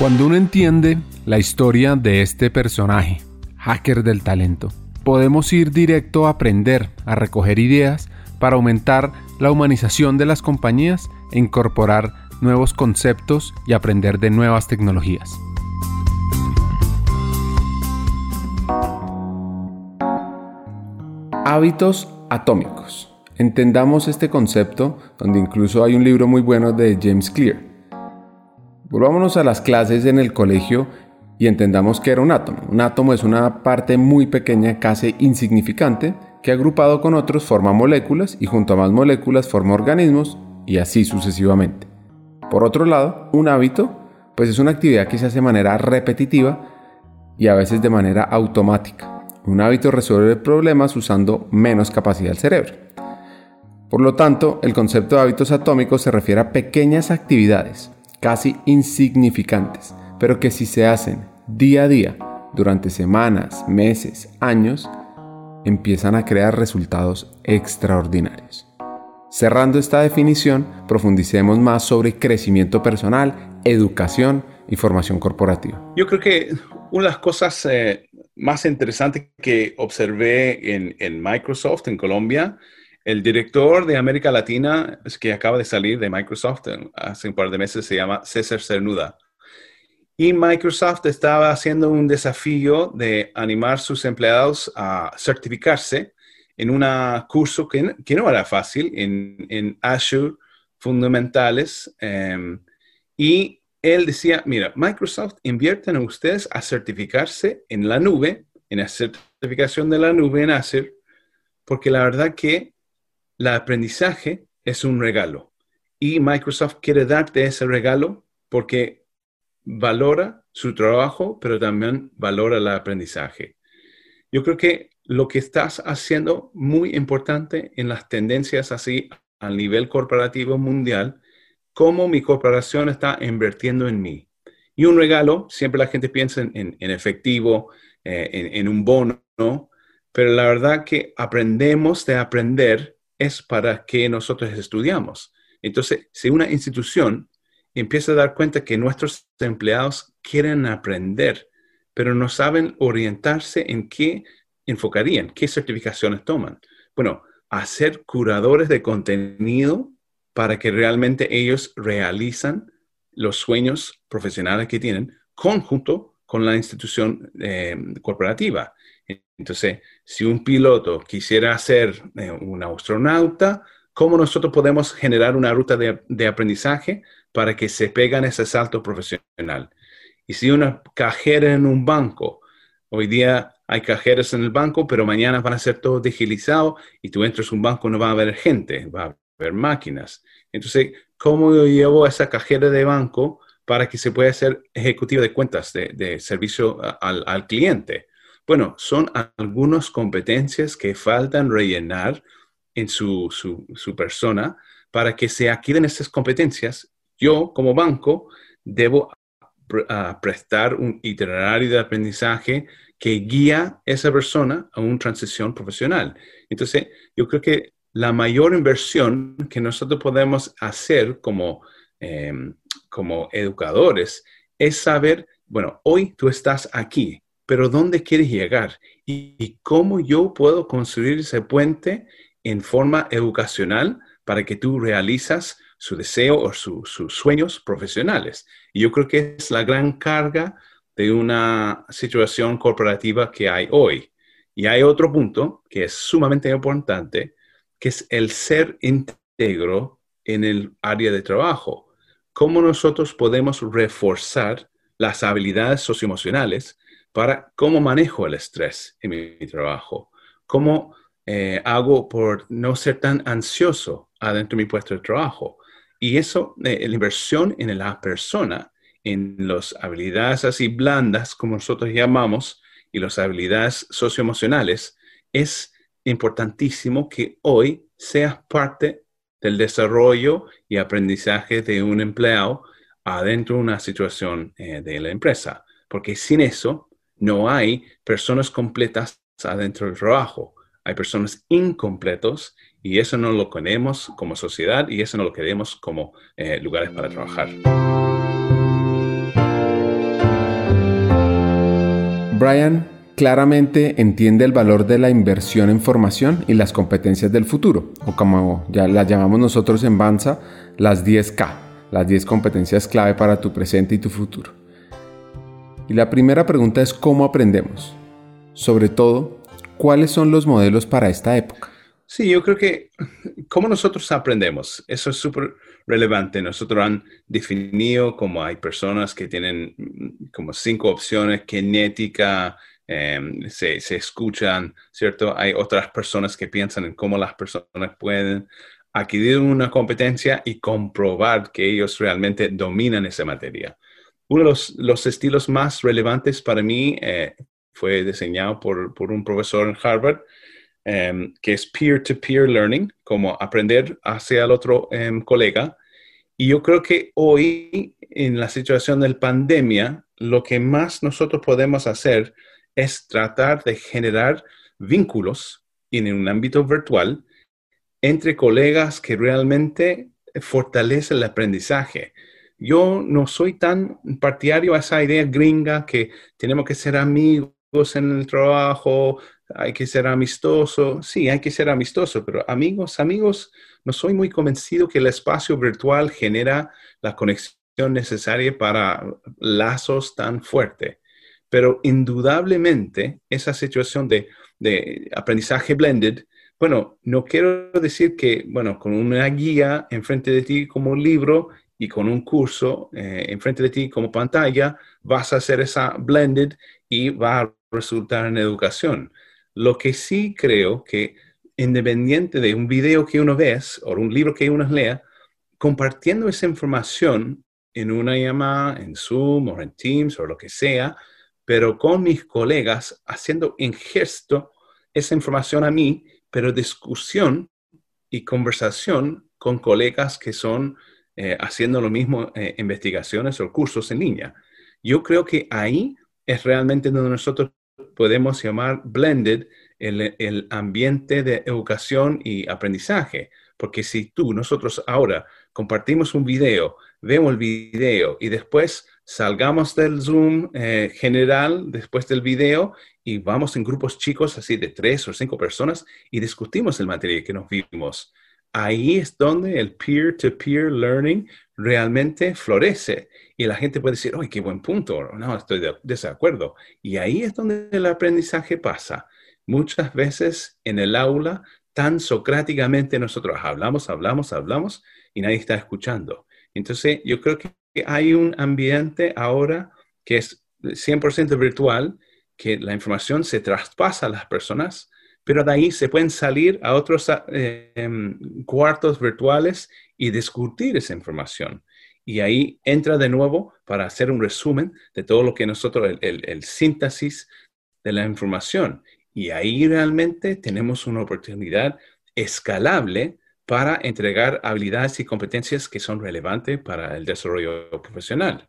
Cuando uno entiende la historia de este personaje, hacker del talento, podemos ir directo a aprender, a recoger ideas para aumentar la humanización de las compañías e incorporar nuevos conceptos y aprender de nuevas tecnologías. Hábitos atómicos. Entendamos este concepto, donde incluso hay un libro muy bueno de James Clear. Volvámonos a las clases en el colegio y entendamos qué era un átomo. Un átomo es una parte muy pequeña, casi insignificante, que agrupado con otros forma moléculas y junto a más moléculas forma organismos y así sucesivamente. Por otro lado, un hábito, pues es una actividad que se hace de manera repetitiva y a veces de manera automática. Un hábito resuelve problemas usando menos capacidad del cerebro. Por lo tanto, el concepto de hábitos atómicos se refiere a pequeñas actividades casi insignificantes, pero que si se hacen día a día, durante semanas, meses, años, empiezan a crear resultados extraordinarios. Cerrando esta definición, profundicemos más sobre crecimiento personal, educación y formación corporativa. Yo creo que una de las cosas más interesantes que observé en Microsoft en Colombia, el director de América Latina, que acaba de salir de Microsoft hace un par de meses, se llama César Cernuda. Y Microsoft estaba haciendo un desafío de animar a sus empleados a certificarse en un curso que no era fácil, en Azure Fundamentales. Y él decía, mira, Microsoft invierte en ustedes a certificarse en la nube, en la certificación de la nube en Azure, porque la verdad que el aprendizaje es un regalo y Microsoft quiere darte ese regalo porque valora su trabajo, pero también valora el aprendizaje. Yo creo que lo que estás haciendo muy importante en las tendencias así a nivel corporativo mundial, cómo mi corporación está invirtiendo en mí. Y un regalo, siempre la gente piensa en efectivo, en un bono, ¿no? Pero la verdad que aprendemos de aprender es para que nosotros estudiamos. Entonces, si una institución empieza a dar cuenta que nuestros empleados quieren aprender, pero no saben orientarse en qué enfocarían, qué certificaciones toman. Bueno, hacer curadores de contenido para que realmente ellos realizan los sueños profesionales que tienen conjunto con la institución corporativa. Entonces, si un piloto quisiera ser un astronauta, ¿cómo nosotros podemos generar una ruta de aprendizaje para que se pegan ese salto profesional? Y si una cajera en un banco, hoy día hay cajeros en el banco, pero mañana van a ser todos digitalizados y tú entras a un banco, no va a haber gente, va a haber máquinas. Entonces, ¿cómo yo llevo a esa cajera de banco para que se pueda hacer ejecutivo de cuentas de servicio al cliente? Bueno, son algunas competencias que faltan rellenar en su persona para que se adquieran esas competencias. Yo, como banco, debo prestar un itinerario de aprendizaje que guía a esa persona a una transición profesional. Entonces, yo creo que la mayor inversión que nosotros podemos hacer como educadores es saber, bueno, hoy tú estás aquí, pero ¿dónde quieres llegar? ¿Y cómo yo puedo construir ese puente en forma educacional para que tú realizas su deseo o sus sueños profesionales? Y yo creo que es la gran carga de una situación corporativa que hay hoy. Y hay otro punto que es sumamente importante, que es el ser íntegro en el área de trabajo. ¿Cómo nosotros podemos reforzar las habilidades socioemocionales para cómo manejo el estrés en mi trabajo? ¿Cómo hago por no ser tan ansioso adentro de mi puesto de trabajo? Y eso, la inversión en la persona, en las habilidades así blandas, como nosotros llamamos, y las habilidades socioemocionales, es importantísimo que hoy seas parte del desarrollo y aprendizaje de un empleado adentro de una situación de la empresa. Porque sin eso, no hay personas completas adentro del trabajo. Hay personas incompletos y eso no lo queremos como sociedad y eso no lo queremos como lugares para trabajar. Brian claramente entiende el valor de la inversión en formación y las competencias del futuro, o como ya las llamamos nosotros en Banza, las 10K, las 10 competencias clave para tu presente y tu futuro. Y la primera pregunta es ¿cómo aprendemos? Sobre todo, ¿cuáles son los modelos para esta época? Sí, yo creo que cómo nosotros aprendemos, eso es súper relevante. Nosotros han definido como hay personas que tienen como 5 opciones, kinética, se escuchan, ¿cierto? Hay otras personas que piensan en cómo las personas pueden adquirir una competencia y comprobar que ellos realmente dominan esa materia. Uno de los estilos más relevantes para mí fue diseñado por un profesor en Harvard, que es peer-to-peer learning, como aprender hacia el otro colega. Y yo creo que hoy, en la situación de la pandemia, lo que más nosotros podemos hacer es tratar de generar vínculos en un ámbito virtual entre colegas que realmente fortalecen el aprendizaje. Yo no soy tan partidario a esa idea gringa que tenemos que ser amigos en el trabajo, hay que ser amistoso. Sí, hay que ser amistoso, pero amigos, no soy muy convencido que el espacio virtual genera la conexión necesaria para lazos tan fuertes. Pero indudablemente esa situación de aprendizaje blended, bueno, no quiero decir que, bueno, con una guía enfrente de ti como un libro y con un curso enfrente de ti como pantalla, vas a hacer esa blended y va a resultar en educación. Lo que sí creo que independiente de un video que uno ve o un libro que uno lea, compartiendo esa información en una llamada, en Zoom o en Teams o lo que sea, pero con mis colegas haciendo en gesto esa información a mí, pero discusión y conversación con colegas que son haciendo lo mismo, investigaciones o cursos en línea. Yo creo que ahí es realmente donde nosotros podemos llamar blended el ambiente de educación y aprendizaje. Porque si nosotros ahora compartimos un video, vemos el video y después salgamos del Zoom general después del video y vamos en grupos chicos así de 3 o 5 personas y discutimos el material que nos vimos. Ahí es donde el peer-to-peer learning realmente florece y la gente puede decir, ¡ay, qué buen punto! No, estoy de desacuerdo. Y ahí es donde el aprendizaje pasa. Muchas veces en el aula, tan socráticamente nosotros hablamos y nadie está escuchando. Entonces, yo creo que hay un ambiente ahora que es 100% virtual, que la información se traspasa a las personas, pero de ahí se pueden salir a otros cuartos virtuales y discutir esa información. Y ahí entra de nuevo para hacer un resumen de todo lo que nosotros, el síntesis de la información. Y ahí realmente tenemos una oportunidad escalable para entregar habilidades y competencias que son relevantes para el desarrollo profesional.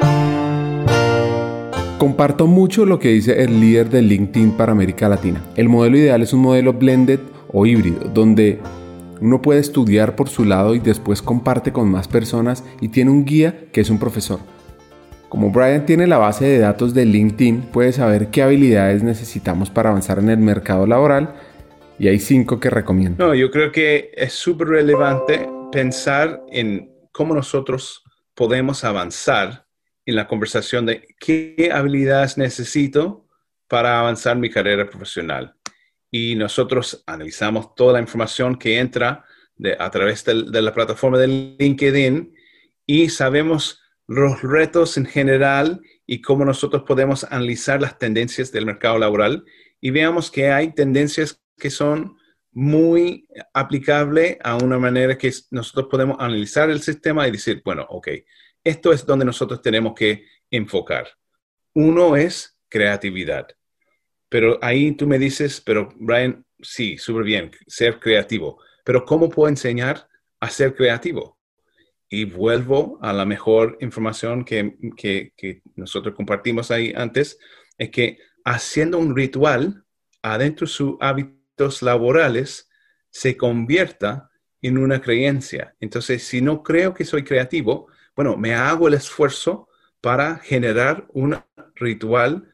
Comparto mucho lo que dice el líder de LinkedIn para América Latina. El modelo ideal es un modelo blended o híbrido, donde uno puede estudiar por su lado y después comparte con más personas y tiene un guía que es un profesor. Como Brian tiene la base de datos de LinkedIn, puede saber qué habilidades necesitamos para avanzar en el mercado laboral y hay 5 que recomiendo. No, yo creo que es súper relevante pensar en cómo nosotros podemos avanzar en la conversación de qué habilidades necesito para avanzar mi carrera profesional. Y nosotros analizamos toda la información que entra a través de la plataforma de LinkedIn y sabemos los retos en general y cómo nosotros podemos analizar las tendencias del mercado laboral y veamos que hay tendencias que son muy aplicables a una manera que nosotros podemos analizar el sistema y decir, bueno, ok, esto es donde nosotros tenemos que enfocar. Uno es creatividad. Pero ahí tú me dices, pero Brian, sí, súper bien, ser creativo. Pero ¿cómo puedo enseñar a ser creativo? Y vuelvo a la mejor información que nosotros compartimos ahí antes, es que haciendo un ritual adentro de sus hábitos laborales se convierta en una creencia. Entonces, si no creo que soy creativo, bueno, me hago el esfuerzo para generar un ritual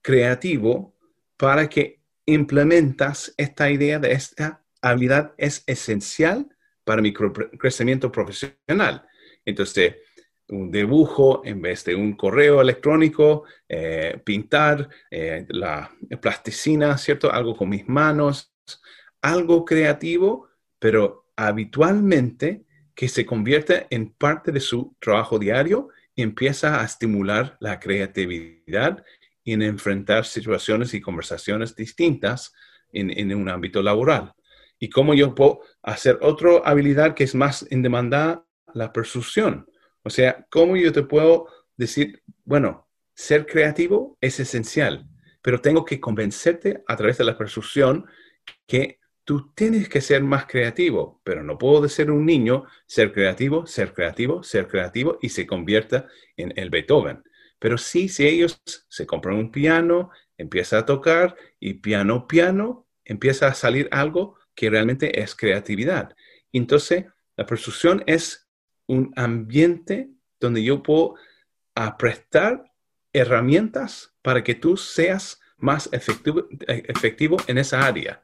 creativo para que implementas esta idea de esta habilidad es esencial para mi crecimiento profesional. Entonces, un dibujo en vez de un correo electrónico, pintar, la plasticina, ¿cierto? Algo con mis manos, algo creativo, pero habitualmente que se convierte en parte de su trabajo diario y empieza a estimular la creatividad en enfrentar situaciones y conversaciones distintas en un ámbito laboral. Y cómo yo puedo hacer otra habilidad que es más en demanda, la persuasión. O sea, cómo yo te puedo decir, bueno, ser creativo es esencial, pero tengo que convencerte a través de la persuasión que tú tienes que ser más creativo, pero no puedo ser un niño, ser creativo, ser creativo, ser creativo y se convierta en el Beethoven. Pero sí, si ellos se compran un piano, empieza a tocar y piano, empieza a salir algo que realmente es creatividad. Entonces, la persuasión es un ambiente donde yo puedo prestar herramientas para que tú seas más efectivo en esa área.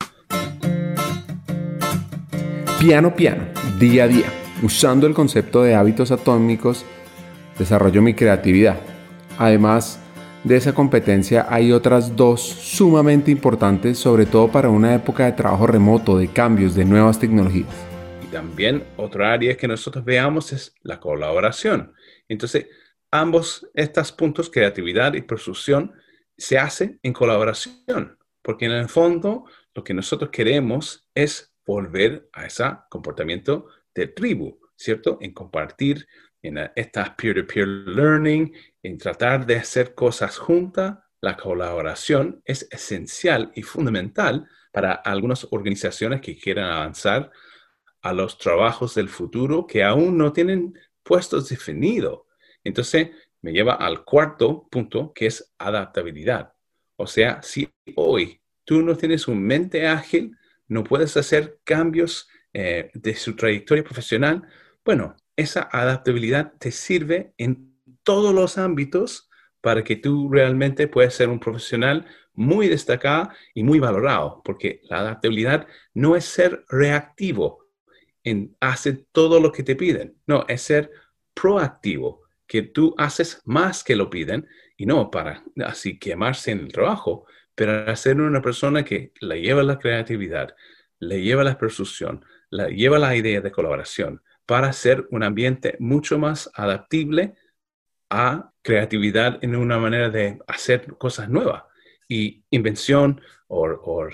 Piano, día a día. Usando el concepto de hábitos atómicos, desarrollo mi creatividad. Además de esa competencia, hay otras dos sumamente importantes, sobre todo para una época de trabajo remoto, de cambios, de nuevas tecnologías. Y también otra área que nosotros veamos es la colaboración. Entonces, ambos estos puntos, creatividad y persuasión, se hacen en colaboración, porque en el fondo lo que nosotros queremos es volver a ese comportamiento de tribu, ¿cierto? En compartir, en estas peer-to-peer learning, en tratar de hacer cosas juntas. La colaboración es esencial y fundamental para algunas organizaciones que quieran avanzar a los trabajos del futuro que aún no tienen puestos definidos. Entonces, me lleva al cuarto punto, que es adaptabilidad. O sea, si hoy tú no tienes una mente ágil, no puedes hacer cambios de su trayectoria profesional, bueno, esa adaptabilidad te sirve en todos los ámbitos para que tú realmente puedas ser un profesional muy destacado y muy valorado, porque la adaptabilidad no es ser reactivo en hacer todo lo que te piden, no, es ser proactivo, que tú haces más que lo piden y no para así quemarse en el trabajo, pero ser una persona que le lleva la creatividad, le lleva la persuasión, le lleva la idea de colaboración para hacer un ambiente mucho más adaptable a creatividad en una manera de hacer cosas nuevas y invención o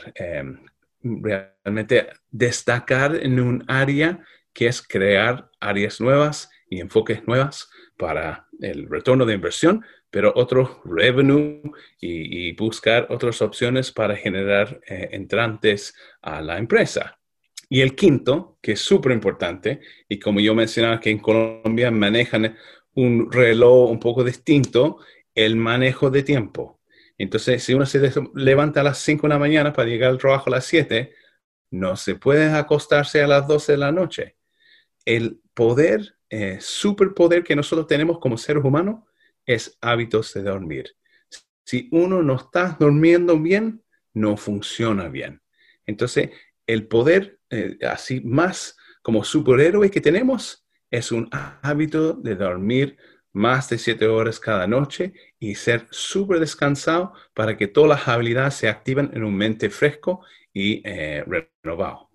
realmente destacar en un área que es crear áreas nuevas y enfoques nuevas para el retorno de inversión, pero otro revenue y buscar otras opciones para generar entrantes a la empresa. Y el quinto, que es súper importante, y como yo mencionaba que en Colombia manejan un reloj un poco distinto, el manejo de tiempo. Entonces, si uno se levanta a las 5 de la mañana para llegar al trabajo a las 7, no se puede acostarse a las 12 de la noche. El poder, superpoder que nosotros tenemos como seres humanos es hábitos de dormir. Si uno no está durmiendo bien, no funciona bien. Entonces, el poder así más como superhéroe que tenemos es un hábito de dormir más de 7 horas cada noche y ser súper descansado para que todas las habilidades se activen en un mente fresco y renovado.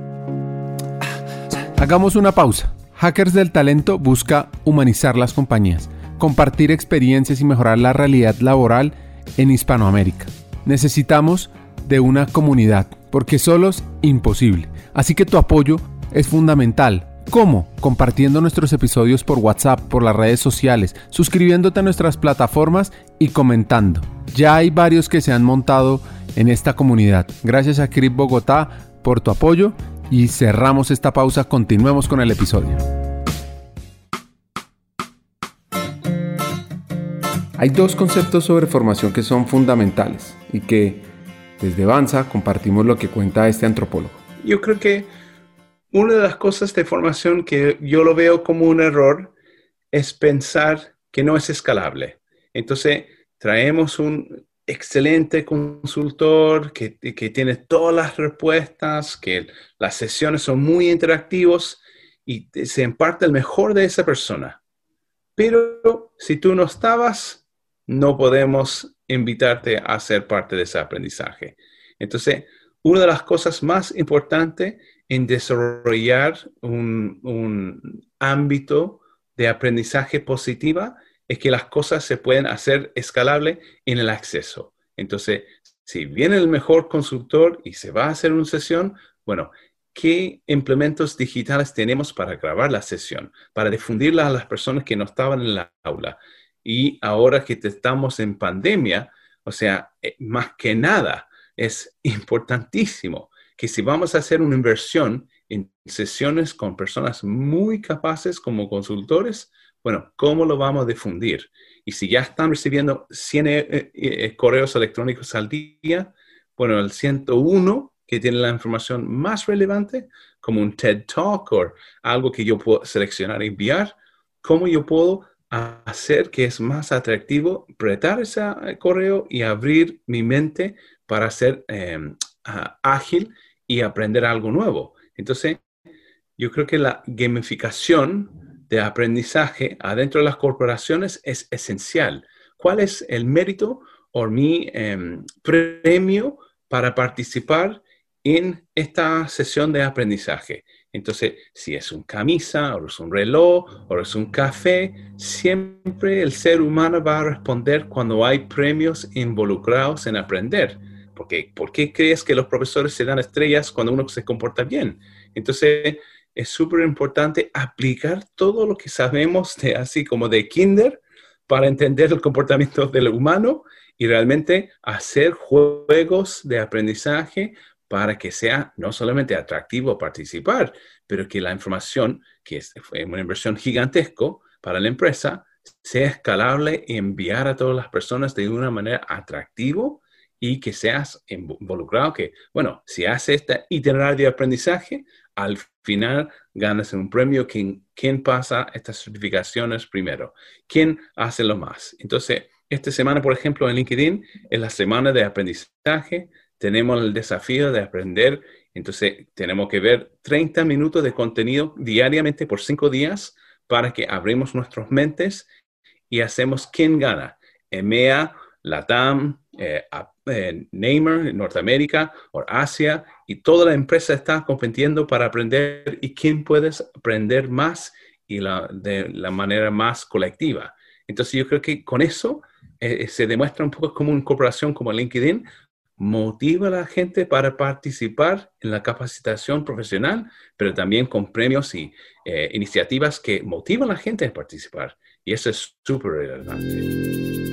Hagamos una pausa. Hackers del Talento busca humanizar las compañías, compartir experiencias y mejorar la realidad laboral en Hispanoamérica. Necesitamos de una comunidad, porque solos imposible. Así que tu apoyo es fundamental. ¿Cómo? Compartiendo nuestros episodios por WhatsApp, por las redes sociales, suscribiéndote a nuestras plataformas y comentando. Ya hay varios que se han montado en esta comunidad. Gracias a Crip Bogotá por tu apoyo y cerramos esta pausa. Continuemos con el episodio. Hay dos conceptos sobre formación que son fundamentales y que desde Vanza compartimos lo que cuenta este antropólogo. Yo creo que una de las cosas de formación que yo lo veo como un error es pensar que no es escalable. Entonces, traemos excelente consultor, que tiene todas las respuestas, que las sesiones son muy interactivos y se imparte el mejor de esa persona. Pero si tú no estabas, no podemos invitarte a ser parte de ese aprendizaje. Entonces, una de las cosas más importantes en desarrollar un ámbito de aprendizaje positiva es que las cosas se pueden hacer escalables en el acceso. Entonces, si viene el mejor consultor y se va a hacer una sesión, bueno, ¿qué implementos digitales tenemos para grabar la sesión, para difundirla a las personas que no estaban en la aula? Y ahora que estamos en pandemia, o sea, más que nada, es importantísimo que si vamos a hacer una inversión en sesiones con personas muy capaces como consultores, bueno, ¿cómo lo vamos a difundir? Y si ya están recibiendo 100 correos electrónicos al día, bueno, el 101 que tiene la información más relevante, como un TED Talk o algo que yo puedo seleccionar y enviar, ¿cómo yo puedo hacer que es más atractivo apretar ese correo y abrir mi mente para ser ágil y aprender algo nuevo? Entonces, yo creo que la gamificación de aprendizaje adentro de las corporaciones es esencial. ¿Cuál es el mérito o mi premio para participar en esta sesión de aprendizaje? Entonces, si es una camisa, o es un reloj, o es un café, siempre el ser humano va a responder cuando hay premios involucrados en aprender. Porque, ¿por qué crees que los profesores se dan estrellas cuando uno se comporta bien? Entonces, es súper importante aplicar todo lo que sabemos de así como de kinder para entender el comportamiento del humano y realmente hacer juegos de aprendizaje para que sea no solamente atractivo participar, pero que la información, que fue una inversión gigantesca para la empresa, sea escalable y enviar a todas las personas de una manera atractiva y que seas involucrado, que, bueno, si haces este itinerario de aprendizaje, al final ganas un premio. ¿Quién pasa estas certificaciones primero? ¿Quién hace lo más? Entonces, esta semana, por ejemplo, en LinkedIn, es la semana de aprendizaje. Tenemos el desafío de aprender. Entonces, tenemos que ver 30 minutos de contenido diariamente por 5 días para que abrimos nuestras mentes y hacemos quién gana. EMEA, LATAM, Neymar, Norteamérica o Asia, y toda la empresa está compitiendo para aprender y quién puede aprender más y de la manera más colectiva. Entonces yo creo que con eso se demuestra un poco como una corporación como LinkedIn motiva a la gente para participar en la capacitación profesional, pero también con premios y iniciativas que motivan a la gente a participar. Y eso es súper relevante.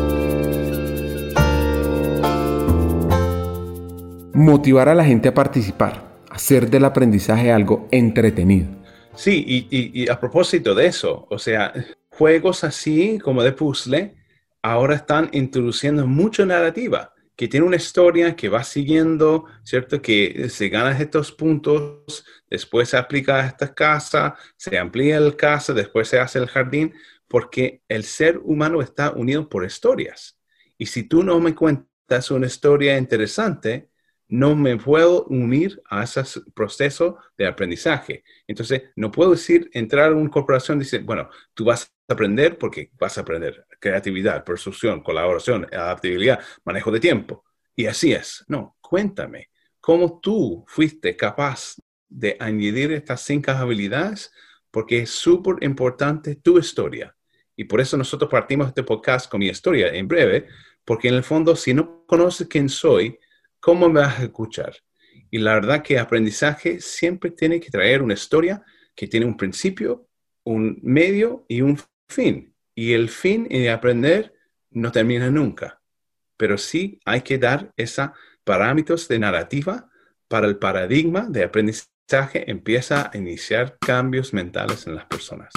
Motivar a la gente a participar, hacer del aprendizaje algo entretenido. Sí, y a propósito de eso, o sea, juegos así como de puzzle ahora están introduciendo mucha narrativa, que tiene una historia que va siguiendo, ¿cierto? Que se ganan estos puntos, después se aplica a esta casa, se amplía el casa, después se hace el jardín, porque el ser humano está unido por historias. Y si tú no me cuentas una historia interesante, no me puedo unir a ese proceso de aprendizaje. Entonces, no puedo decir, entrar a una corporación y decir, bueno, tú vas a aprender porque vas a aprender creatividad, persuasión, colaboración, adaptabilidad, manejo de tiempo. Y así es. No, cuéntame, ¿cómo tú fuiste capaz de añadir estas 5 habilidades? Porque es súper importante tu historia. Y por eso nosotros partimos este podcast con mi historia en breve, porque en el fondo, si no conoces quién soy, ¿cómo me vas a escuchar? Y la verdad que aprendizaje siempre tiene que traer una historia que tiene un principio, un medio y un fin. Y el fin de aprender no termina nunca. Pero sí hay que dar esos parámetros de narrativa para el paradigma de aprendizaje empieza a iniciar cambios mentales en las personas.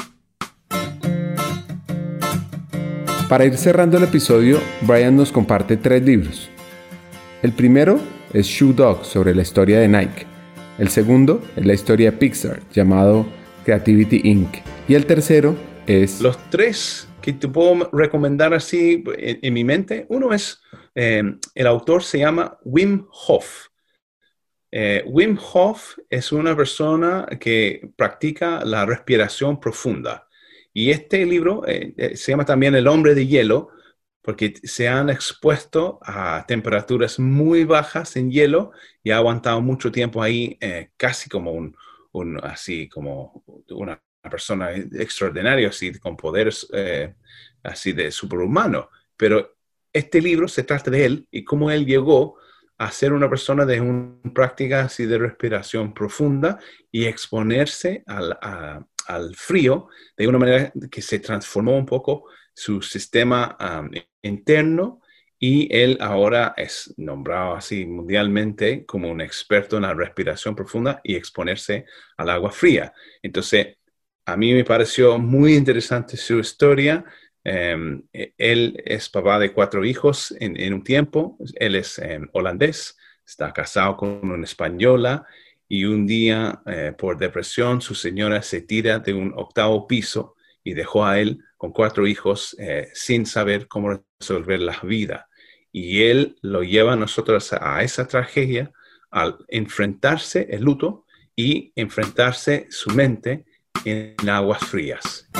Para ir cerrando el episodio, Brian nos comparte 3 libros. El primero es Shoe Dog, sobre la historia de Nike. El segundo es la historia de Pixar, llamado Creativity Inc. Y el tercero es... Los 3 que te puedo recomendar así en mi mente. Uno es, el autor se llama Wim Hof. Wim Hof es una persona que practica la respiración profunda. Y este libro se llama también El hombre de hielo, porque se han expuesto a temperaturas muy bajas en hielo y ha aguantado mucho tiempo ahí, casi como así como una persona extraordinaria, así con poderes así de superhumano. Pero este libro se trata de él y cómo él llegó a ser una persona de una práctica así de respiración profunda y exponerse al frío de una manera que se transformó un poco su sistema interno, y él ahora es nombrado así mundialmente como un experto en la respiración profunda y exponerse al agua fría. Entonces, a mí me pareció muy interesante su historia. Él es papá de 4 hijos en un tiempo. Él es holandés, está casado con una española, y un día, por depresión, su señora se tira de un 8º piso y dejó a él con 4 hijos sin saber cómo resolver la vida. Y él lo lleva a nosotros a esa tragedia al enfrentarse el luto y enfrentarse su mente en aguas frías.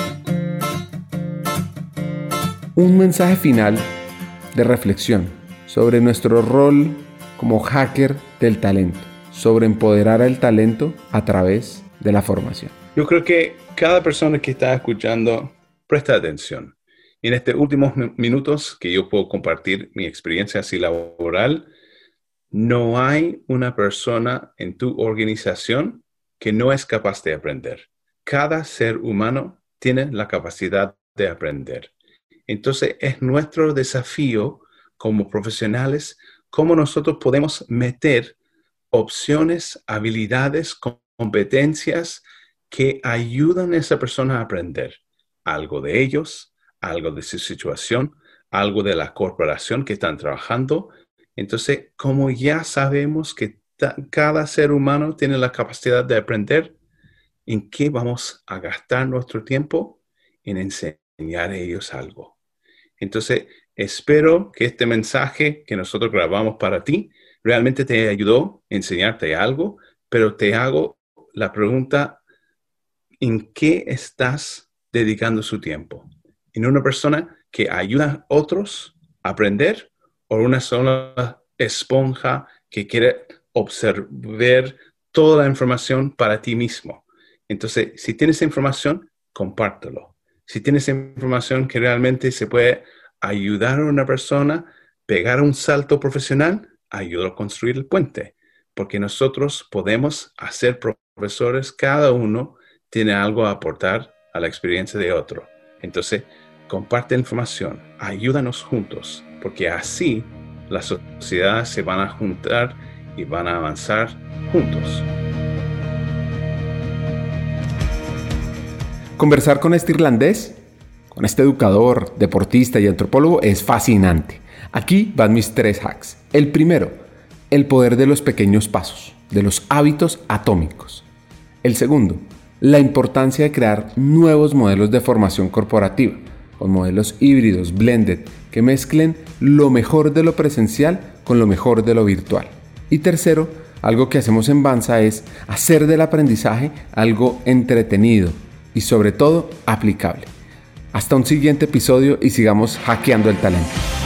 Un mensaje final de reflexión sobre nuestro rol como hacker del talento, sobre empoderar al talento a través de la formación. Yo creo que cada persona que está escuchando presta atención. En estos últimos minutos que yo puedo compartir mi experiencia así laboral, no hay una persona en tu organización que no es capaz de aprender. Cada ser humano tiene la capacidad de aprender. Entonces, es nuestro desafío como profesionales cómo nosotros podemos meter opciones, habilidades, competencias que ayudan a esa persona a aprender algo de ellos, algo de su situación, algo de la corporación que están trabajando. Entonces, como ya sabemos que cada ser humano tiene la capacidad de aprender, ¿en qué vamos a gastar nuestro tiempo? En enseñar a ellos algo. Entonces, espero que este mensaje que nosotros grabamos para ti realmente te ayudó a enseñarte algo, pero te hago la pregunta: ¿en qué estás dedicando su tiempo? ¿En una persona que ayuda a otros a aprender, o una sola esponja que quiere observar toda la información para ti mismo? Entonces, si tienes información, compártelo. Si tienes información que realmente se puede ayudar a una persona a pegar un salto profesional, ayúdalo a construir el puente. Porque nosotros podemos hacer profesores, cada uno tiene algo a aportar a la experiencia de otro. Entonces, comparte información, ayúdanos juntos, porque así las sociedades se van a juntar y van a avanzar juntos. Conversar con este irlandés, con este educador, deportista y antropólogo es fascinante. Aquí van mis 3 hacks. El primero, el poder de los pequeños pasos, de los hábitos atómicos. El segundo, la importancia de crear nuevos modelos de formación corporativa, con modelos híbridos, blended, que mezclen lo mejor de lo presencial con lo mejor de lo virtual. Y tercero, algo que hacemos en Banza es hacer del aprendizaje algo entretenido y sobre todo aplicable. Hasta un siguiente episodio y sigamos hackeando el talento.